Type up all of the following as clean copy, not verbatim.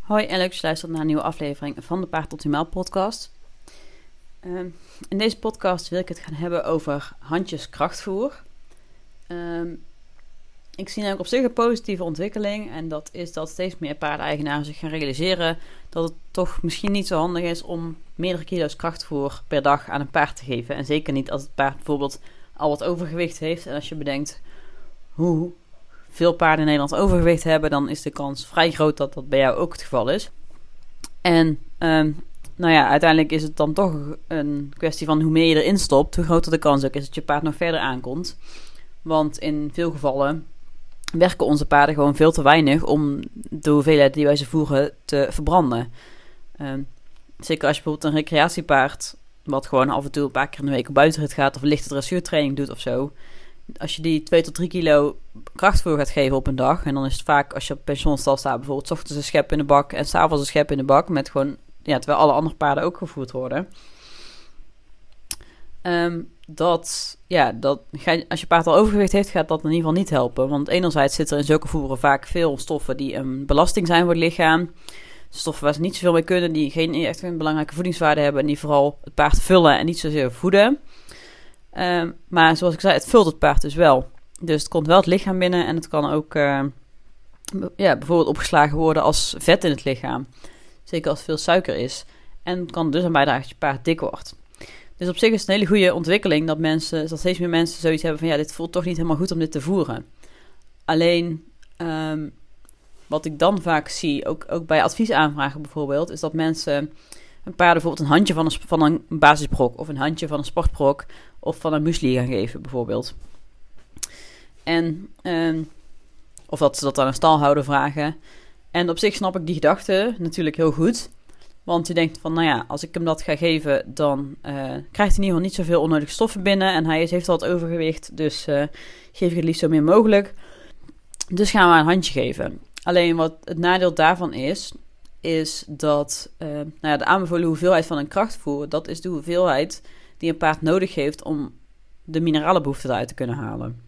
Hoi en leuk dat je luistert naar een nieuwe aflevering van de Paard Optimaal podcast. In deze podcast wil ik het gaan hebben over handjes krachtvoer. Ik zie namelijk op zich een positieve ontwikkeling en dat is dat steeds meer paardeneigenaren zich gaan realiseren dat het toch misschien niet zo handig is om meerdere kilo's krachtvoer per dag aan een paard te geven. En zeker niet als het paard bijvoorbeeld al wat overgewicht heeft. En als je bedenkt hoe veel paarden in Nederland overgewicht hebben, dan is de kans vrij groot dat dat bij jou ook het geval is. En uiteindelijk is het dan toch een kwestie van hoe meer je erin stopt, hoe groter de kans ook is dat je paard nog verder aankomt. Want in veel gevallen werken onze paarden gewoon veel te weinig om de hoeveelheid die wij ze voeren te verbranden. Zeker als je bijvoorbeeld een recreatiepaard, wat gewoon af en toe een paar keer in de week op buitenrit gaat of lichte dressuurtraining doet of zo. Als je die 2 tot 3 kilo krachtvoer gaat geven op een dag, en dan is het vaak als je op pensionstal staat, bijvoorbeeld 's ochtends een schep in de bak en 's avonds een schep in de bak, met gewoon, terwijl alle andere paarden ook gevoerd worden. Als je paard al overgewicht heeft, gaat dat in ieder geval niet helpen. Want enerzijds zitten er in zulke voeren vaak veel stoffen die een belasting zijn voor het lichaam. Stoffen waar ze niet zoveel mee kunnen, die geen echt een belangrijke voedingswaarde hebben en die vooral het paard vullen en niet zozeer voeden. Maar zoals ik zei, het vult het paard dus wel. Dus het komt wel het lichaam binnen en het kan ook bijvoorbeeld opgeslagen worden als vet in het lichaam. Zeker als er veel suiker is. En het kan dus aan bijdragen dat je paard dik wordt. Dus op zich is het een hele goede ontwikkeling dat steeds meer mensen zoiets hebben van dit voelt toch niet helemaal goed om dit te voeren. Alleen wat ik dan vaak zie, ook bij adviesaanvragen bijvoorbeeld, is dat mensen een paard bijvoorbeeld een handje van een basisbrok of een handje van een sportbrok of van een muesli gaan geven bijvoorbeeld. En of dat ze dat aan een stalhouder vragen. En op zich snap ik die gedachte natuurlijk heel goed. Want je denkt van, als ik hem dat ga geven, dan krijgt hij in ieder geval niet zoveel onnodige stoffen binnen. En hij heeft al wat overgewicht, dus geef ik het liefst zo min mogelijk. Dus gaan we een handje geven. Alleen wat het nadeel daarvan is dat de aanbevolen hoeveelheid van een krachtvoer, dat is de hoeveelheid die een paard nodig heeft om de mineralenbehoeften eruit te kunnen halen.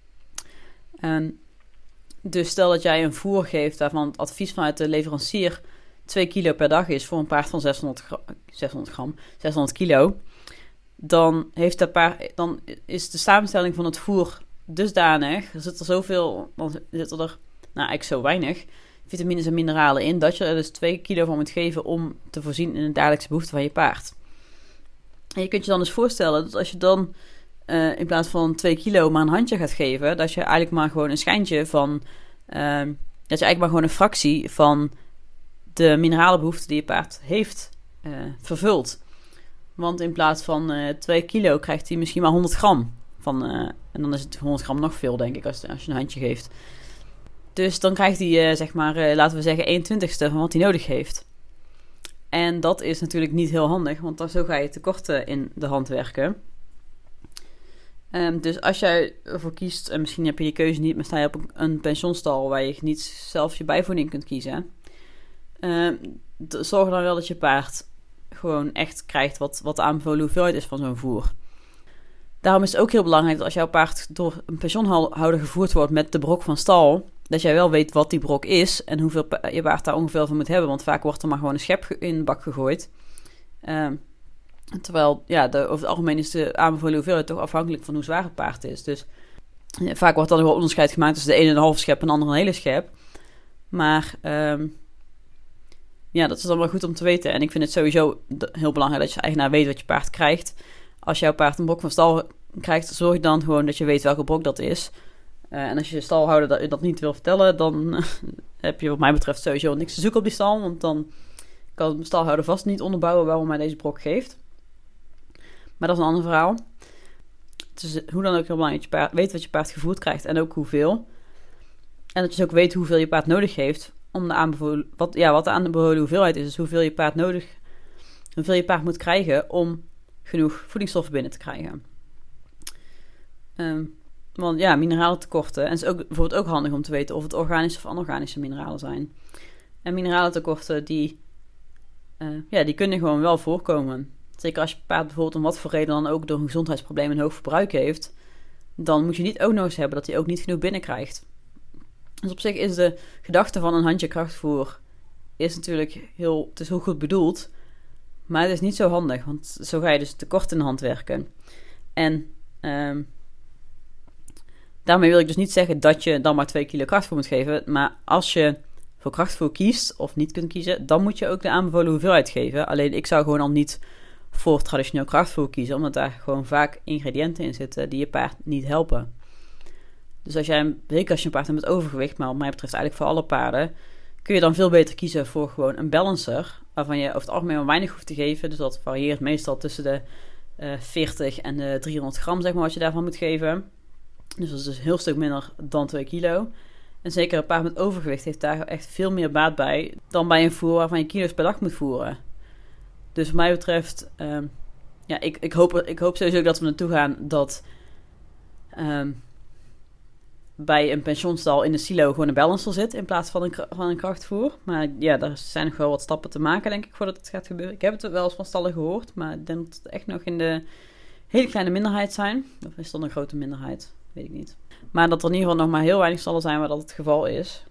Dus stel dat jij een voer geeft waarvan het advies vanuit de leverancier 2 kilo per dag is voor een paard van 600 kilo, dan is de samenstelling van het voer dusdanig, dan zitten er eigenlijk zo weinig vitamines en mineralen in, dat je er dus 2 kilo van moet geven om te voorzien in de dagelijkse behoeften van je paard. En je kunt je dan dus voorstellen dat als je dan in plaats van 2 kilo maar een handje gaat geven, dat je eigenlijk maar gewoon een schijntje van, dat je eigenlijk maar gewoon een fractie van de mineralenbehoeften die je paard heeft vervult. Want in plaats van 2 kilo krijgt hij misschien maar 100 gram van, en dan is het 100 gram nog veel, denk ik, als je een handje geeft. Dus dan krijgt hij, laten we zeggen, 1/20ste van wat hij nodig heeft. En dat is natuurlijk niet heel handig, want zo ga je tekorten in de hand werken. Dus als jij ervoor kiest, en misschien heb je die keuze niet, maar sta je op een pensionstal waar je niet zelf je bijvoeding kunt kiezen, zorg dan wel dat je paard gewoon echt krijgt wat de aanbevolen hoeveelheid is van zo'n voer. Daarom is het ook heel belangrijk dat als jouw paard door een pensioenhouder gevoerd wordt met de brok van stal, dat jij wel weet wat die brok is en hoeveel je paard daar ongeveer van moet hebben. Want vaak wordt er maar gewoon een schep in de bak gegooid. Terwijl, over het algemeen is de aanbevolen hoeveelheid toch afhankelijk van hoe zwaar het paard is. Dus vaak wordt dan nog wel onderscheid gemaakt tussen de ene en een halve schep en de andere een hele schep. Maar dat is dan wel goed om te weten. En ik vind het sowieso heel belangrijk dat je eigenaar weet wat je paard krijgt. Als jouw paard een brok van stal krijgt, zorg dan gewoon dat je weet welke brok dat is. En als je stalhouder dat niet wil vertellen, dan heb je wat mij betreft sowieso niks te zoeken op die stal. Want dan kan de stalhouder vast niet onderbouwen waarom hij deze brok geeft. Maar dat is een ander verhaal. Het is hoe dan ook heel belangrijk dat je paard weet wat je paard gevoerd krijgt en ook hoeveel. En dat je dus ook weet hoeveel je paard nodig heeft om wat de aanbevolen hoeveelheid is. Dus hoeveel je paard moet krijgen om genoeg voedingsstoffen binnen te krijgen. Want mineralentekorten, en het is ook bijvoorbeeld ook handig om te weten of het organische of anorganische mineralen zijn. En mineralentekorten die kunnen gewoon wel voorkomen. Zeker als je paard bijvoorbeeld om wat voor reden dan ook door een gezondheidsprobleem een hoog verbruik heeft, dan moet je niet ook nog eens hebben dat hij ook niet genoeg binnenkrijgt. Dus op zich is de gedachte van een handje krachtvoer is natuurlijk het is heel goed bedoeld, maar het is niet zo handig, want zo ga je dus tekort in de hand werken. En daarmee wil ik dus niet zeggen dat je dan maar 2 kilo krachtvoer moet geven, maar als je voor krachtvoer kiest of niet kunt kiezen, dan moet je ook de aanbevolen hoeveelheid geven. Alleen ik zou gewoon al niet voor traditioneel krachtvoer kiezen, omdat daar gewoon vaak ingrediënten in zitten die je paard niet helpen. Dus zeker als je een paard hebt met overgewicht, maar wat mij betreft eigenlijk voor alle paarden, kun je dan veel beter kiezen voor gewoon een balancer, waarvan je over het algemeen maar weinig hoeft te geven. Dus dat varieert meestal tussen de 40 en de 300 gram, zeg maar, wat je daarvan moet geven. Dus dat is dus een heel stuk minder dan 2 kilo. En zeker een paard met overgewicht heeft daar echt veel meer baat bij dan bij een voer waarvan je kilo's per dag moet voeren. Dus wat mij betreft, ik hoop sowieso dat we naartoe gaan dat bij een pensionstal in de silo gewoon een balancer zit in plaats van een krachtvoer. Maar ja, daar zijn nog wel wat stappen te maken, denk ik, voordat het gaat gebeuren. Ik heb het wel eens van stallen gehoord, maar ik denk dat het echt nog in de hele kleine minderheid zijn. Of is dat een grote minderheid? Weet ik niet. Maar dat er in ieder geval nog maar heel weinig stallen zijn waar dat het geval is.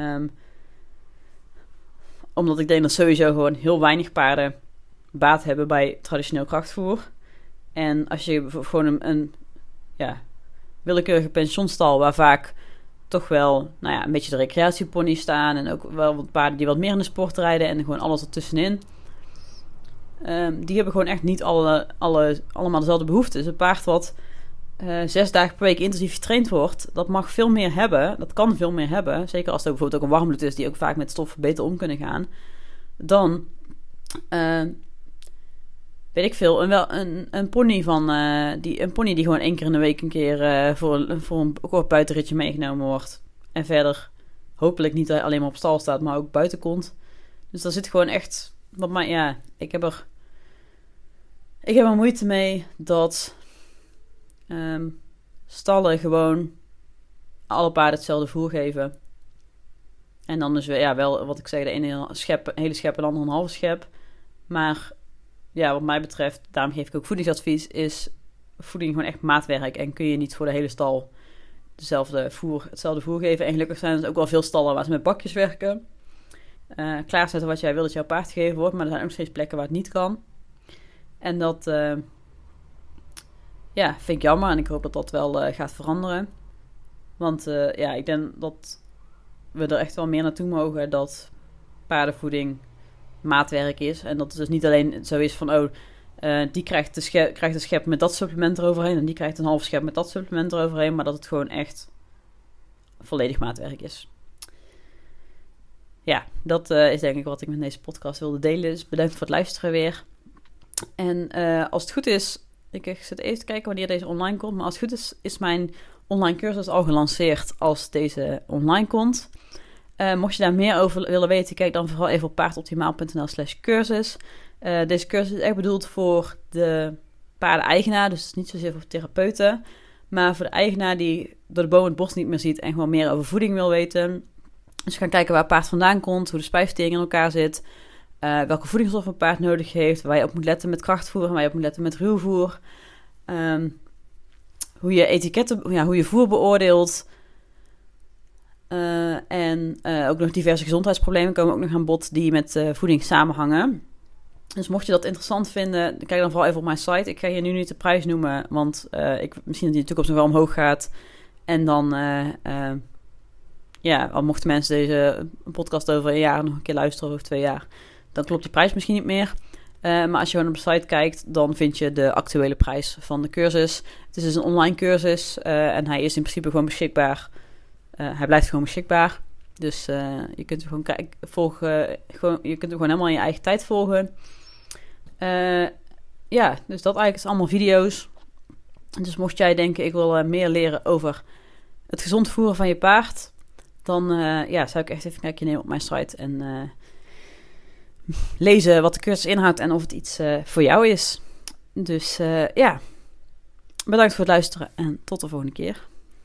Omdat ik denk dat sowieso gewoon heel weinig paarden baat hebben bij traditioneel krachtvoer. En als je gewoon een willekeurige pensionstal waar vaak toch wel een beetje de recreatieponies staan en ook wel wat paarden die wat meer in de sport rijden en gewoon alles ertussenin. Die hebben gewoon echt niet allemaal dezelfde behoeften. Dus een paard wat 6 dagen per week intensief getraind wordt, dat mag veel meer hebben. Dat kan veel meer hebben. Zeker als er bijvoorbeeld ook een warmbloed is die ook vaak met stoffen beter om kunnen gaan. Dan weet ik veel, een pony een pony die gewoon 1 keer in de week een keer voor een kort buitenritje meegenomen wordt. En verder hopelijk niet alleen maar op stal staat, maar ook buiten komt. Dus daar zit gewoon echt, ik heb er moeite mee dat stallen gewoon alle paarden hetzelfde voer geven. En dan dus wel wat ik zeg, de ene hele schep en de andere een halve schep. Maar ja, wat mij betreft, daarom geef ik ook voedingsadvies, is voeding gewoon echt maatwerk. En kun je niet voor de hele stal hetzelfde voer geven. En gelukkig zijn er ook wel veel stallen waar ze met bakjes werken. Klaarzetten wat jij wil dat jouw paard gegeven wordt. Maar er zijn ook steeds plekken waar het niet kan. En dat vind ik jammer. En ik hoop dat dat wel gaat veranderen. Want ik denk dat we er echt wel meer naartoe mogen dat paardenvoeding maatwerk is. En dat het dus niet alleen zo is van, die krijgt een schep met dat supplement eroverheen en die krijgt een halve schep met dat supplement eroverheen, maar dat het gewoon echt volledig maatwerk is. Ja, dat is denk ik wat ik met deze podcast wilde delen. Dus bedankt voor het luisteren weer. En als het goed is, ik zit even te kijken wanneer deze online komt, maar als het goed is mijn online cursus al gelanceerd als deze online komt. Mocht je daar meer over willen weten, kijk dan vooral even op paardoptimaal.nl/cursus. Deze cursus is echt bedoeld voor de paardeneigenaar, dus het is niet zozeer voor therapeuten, maar voor de eigenaar die door de boom het bos niet meer ziet en gewoon meer over voeding wil weten. Dus we gaan kijken waar het paard vandaan komt, hoe de spijsvertering in elkaar zit, welke voedingsstoffen een paard nodig heeft, waar je op moet letten met krachtvoer en waar je op moet letten met ruwvoer. Hoe je etiketten, hoe je voer beoordeelt. En ook nog diverse gezondheidsproblemen komen ook nog aan bod die met voeding samenhangen. Dus mocht je dat interessant vinden, kijk dan vooral even op mijn site. Ik ga je nu niet de prijs noemen, want misschien dat die in de toekomst nog wel omhoog gaat. En dan, al mochten mensen deze podcast over een jaar nog een keer luisteren, over 2 jaar, dan klopt die prijs misschien niet meer. Maar als je gewoon op de site kijkt, dan vind je de actuele prijs van de cursus. Het is dus een online cursus en hij is in principe gewoon beschikbaar. Hij blijft gewoon beschikbaar. Dus je kunt hem gewoon volgen. Je kunt hem gewoon helemaal in je eigen tijd volgen. Dus dat eigenlijk is allemaal video's. Dus mocht jij denken, ik wil meer leren over het gezond voeren van je paard, dan zou ik echt even een kijkje nemen op mijn site en lezen wat de cursus inhoudt en of het iets voor jou is. Dus bedankt voor het luisteren en tot de volgende keer.